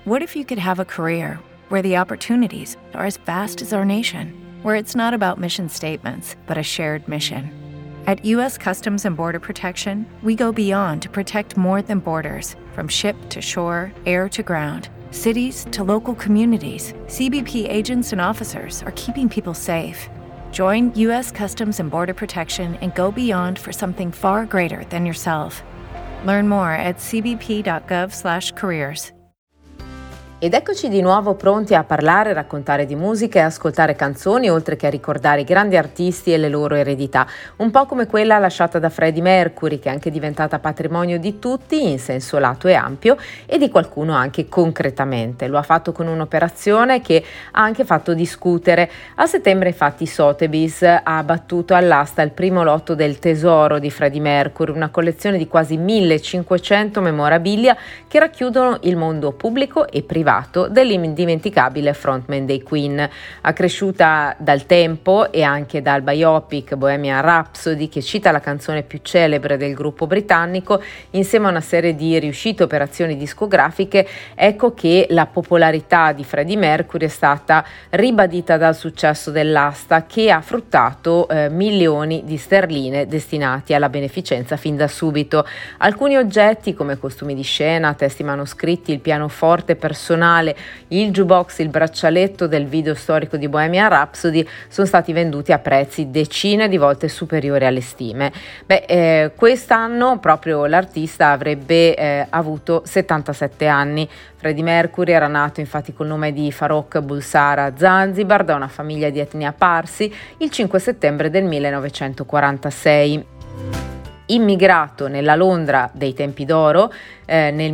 What if you could have a career where the opportunities are as vast as our nation, where it's not about mission statements, but a shared mission? At U.S. Customs and Border Protection, we go beyond to protect more than borders, from ship to shore, air to ground, cities to local communities. CBP agents and officers are keeping people safe. Join U.S. Customs and Border Protection and go beyond for something far greater than yourself. Learn more at cbp.gov/careers. Ed eccoci di nuovo pronti a parlare, raccontare di musica e ascoltare canzoni, oltre che a ricordare i grandi artisti e le loro eredità, un po' come quella lasciata da Freddie Mercury, che è anche diventata patrimonio di tutti in senso lato e ampio, e di qualcuno anche concretamente. Lo ha fatto con un'operazione che ha anche fatto discutere. A settembre infatti Sotheby's ha battuto all'asta il primo lotto del tesoro di Freddie Mercury, una collezione di quasi 1500 memorabilia che racchiudono il mondo pubblico e privato dell'indimenticabile frontman dei Queen. Accresciuta dal tempo e anche dal biopic Bohemian Rhapsody, che cita la canzone più celebre del gruppo britannico, insieme a una serie di riuscite operazioni discografiche, ecco che la popolarità di Freddie Mercury è stata ribadita dal successo dell'asta, che ha fruttato milioni di sterline destinati alla beneficenza fin da subito. Alcuni oggetti come costumi di scena, testi manoscritti, il pianoforte personale, il jukebox, il braccialetto del video storico di Bohemian Rhapsody sono stati venduti a prezzi decine di volte superiori alle stime. Quest'anno proprio l'artista avrebbe avuto 77 anni. Freddie Mercury era nato infatti col nome di Farrokh Bulsara a Zanzibar da una famiglia di etnia Parsi il 5 settembre del 1946. Immigrato nella Londra dei tempi d'oro, nel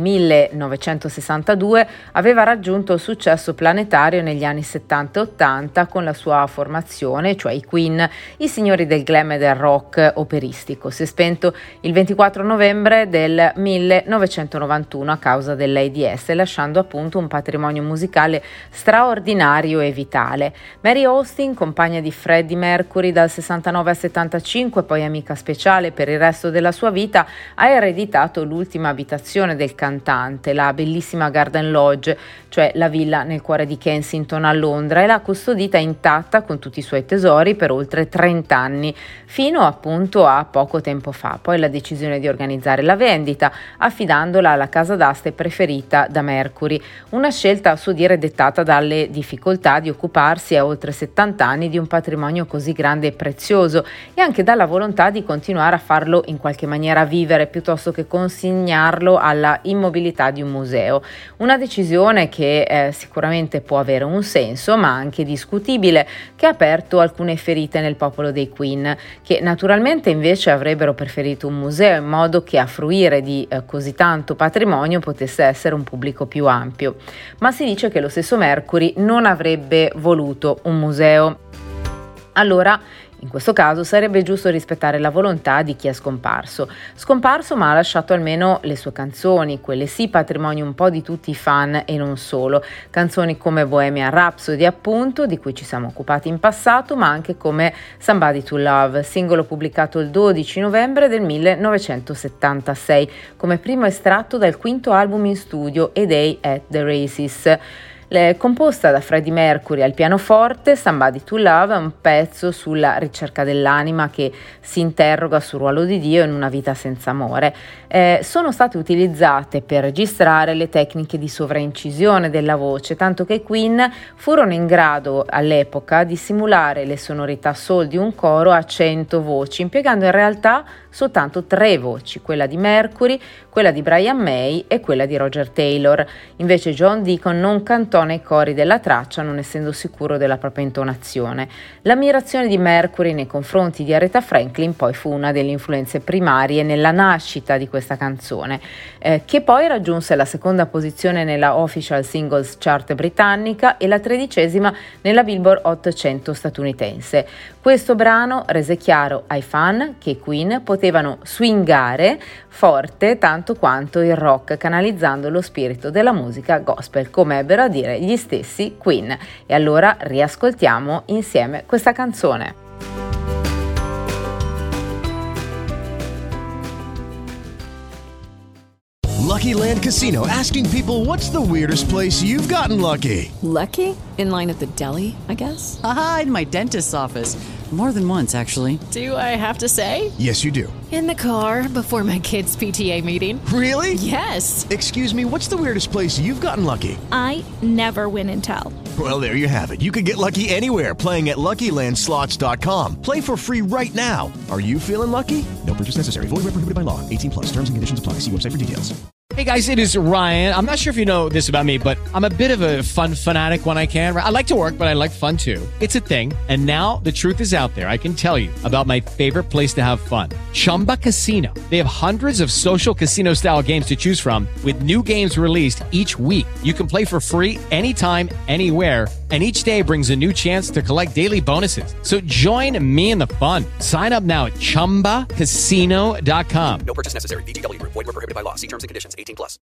1962 aveva raggiunto il successo planetario negli anni 70 e 80 con la sua formazione, cioè i Queen, i signori del glam e del rock operistico. Si è spento il 24 novembre del 1991 a causa dell'AIDS, lasciando appunto un patrimonio musicale straordinario e vitale. Mary Austin, compagna di Freddie Mercury dal 69 al 75, poi amica speciale per il resto della sua vita, ha ereditato l'ultima abitazione del cantante, la bellissima Garden Lodge, cioè la villa nel cuore di Kensington a Londra, e l'ha custodita intatta con tutti i suoi tesori per oltre 30 anni, fino appunto a poco tempo fa. Poi la decisione di organizzare la vendita, affidandola alla casa d'aste preferita da Mercury, una scelta a suo dire dettata dalle difficoltà di occuparsi a oltre 70 anni di un patrimonio così grande e prezioso, e anche dalla volontà di continuare a farlo in qualche maniera vivere piuttosto che consegnarlo alla immobilità di un museo. Una decisione che sicuramente può avere un senso, ma anche discutibile, che ha aperto alcune ferite nel popolo dei Queen, che naturalmente invece avrebbero preferito un museo, in modo che a fruire di così tanto patrimonio potesse essere un pubblico più ampio. Ma si dice che lo stesso Mercury non avrebbe voluto un museo. Allora, in questo caso sarebbe giusto rispettare la volontà di chi è scomparso, ma ha lasciato almeno le sue canzoni, quelle sì patrimonio un po' di tutti i fan e non solo, canzoni come Bohemian Rhapsody appunto, di cui ci siamo occupati in passato, ma anche come Somebody to Love, singolo pubblicato il 12 novembre del 1976 come primo estratto dal quinto album in studio A Day at the Races. Composta da Freddie Mercury al pianoforte, Somebody to Love è un pezzo sulla ricerca dell'anima che si interroga sul ruolo di Dio in una vita senza amore. Sono state utilizzate per registrare le tecniche di sovraincisione della voce, tanto che i Queen furono in grado all'epoca di simulare le sonorità soul di un coro a 100 voci, impiegando in realtà soltanto 3 voci, quella di Mercury, quella di Brian May e quella di Roger Taylor. Invece John Deacon non cantò nei cori della traccia, non essendo sicuro della propria intonazione. L'ammirazione di Mercury nei confronti di Aretha Franklin poi fu una delle influenze primarie nella nascita di questa canzone, che poi raggiunse la seconda posizione nella Official Singles Chart britannica e la 13ª nella Billboard Hot 100 statunitense. Questo brano rese chiaro ai fan che i Queen potevano swingare forte tanto quanto il rock, canalizzando lo spirito della musica gospel, come ebbero a dire gli stessi Queen. E allora riascoltiamo insieme questa canzone. Lucky Land Casino, asking people, what's the weirdest place you've gotten lucky? Lucky? In line at the deli, I guess? Aha, in my dentist's office. More than once, actually. Do I have to say? Yes, you do. In the car before my kids' PTA meeting. Really? Yes. Excuse me, what's the weirdest place you've gotten lucky? I never win and tell. Well, there you have it. You can get lucky anywhere, playing at LuckyLandSlots.com. Play for free right now. Are you feeling lucky? No purchase necessary. Void where prohibited by law. 18+. Terms and conditions apply. See website for details. Hey guys, it is Ryan. I'm not sure if you know this about me, but I'm a bit of a fun fanatic when I can. I like to work, but I like fun too. It's a thing. And now the truth is out there. I can tell you about my favorite place to have fun. Chumba Casino. They have hundreds of social casino style games to choose from with new games released each week. You can play for free anytime, anywhere. And each day brings a new chance to collect daily bonuses. So join me in the fun. Sign up now at ChumbaCasino.com. No purchase necessary. VGW Group. Void where prohibited by law. See terms and conditions. 18+.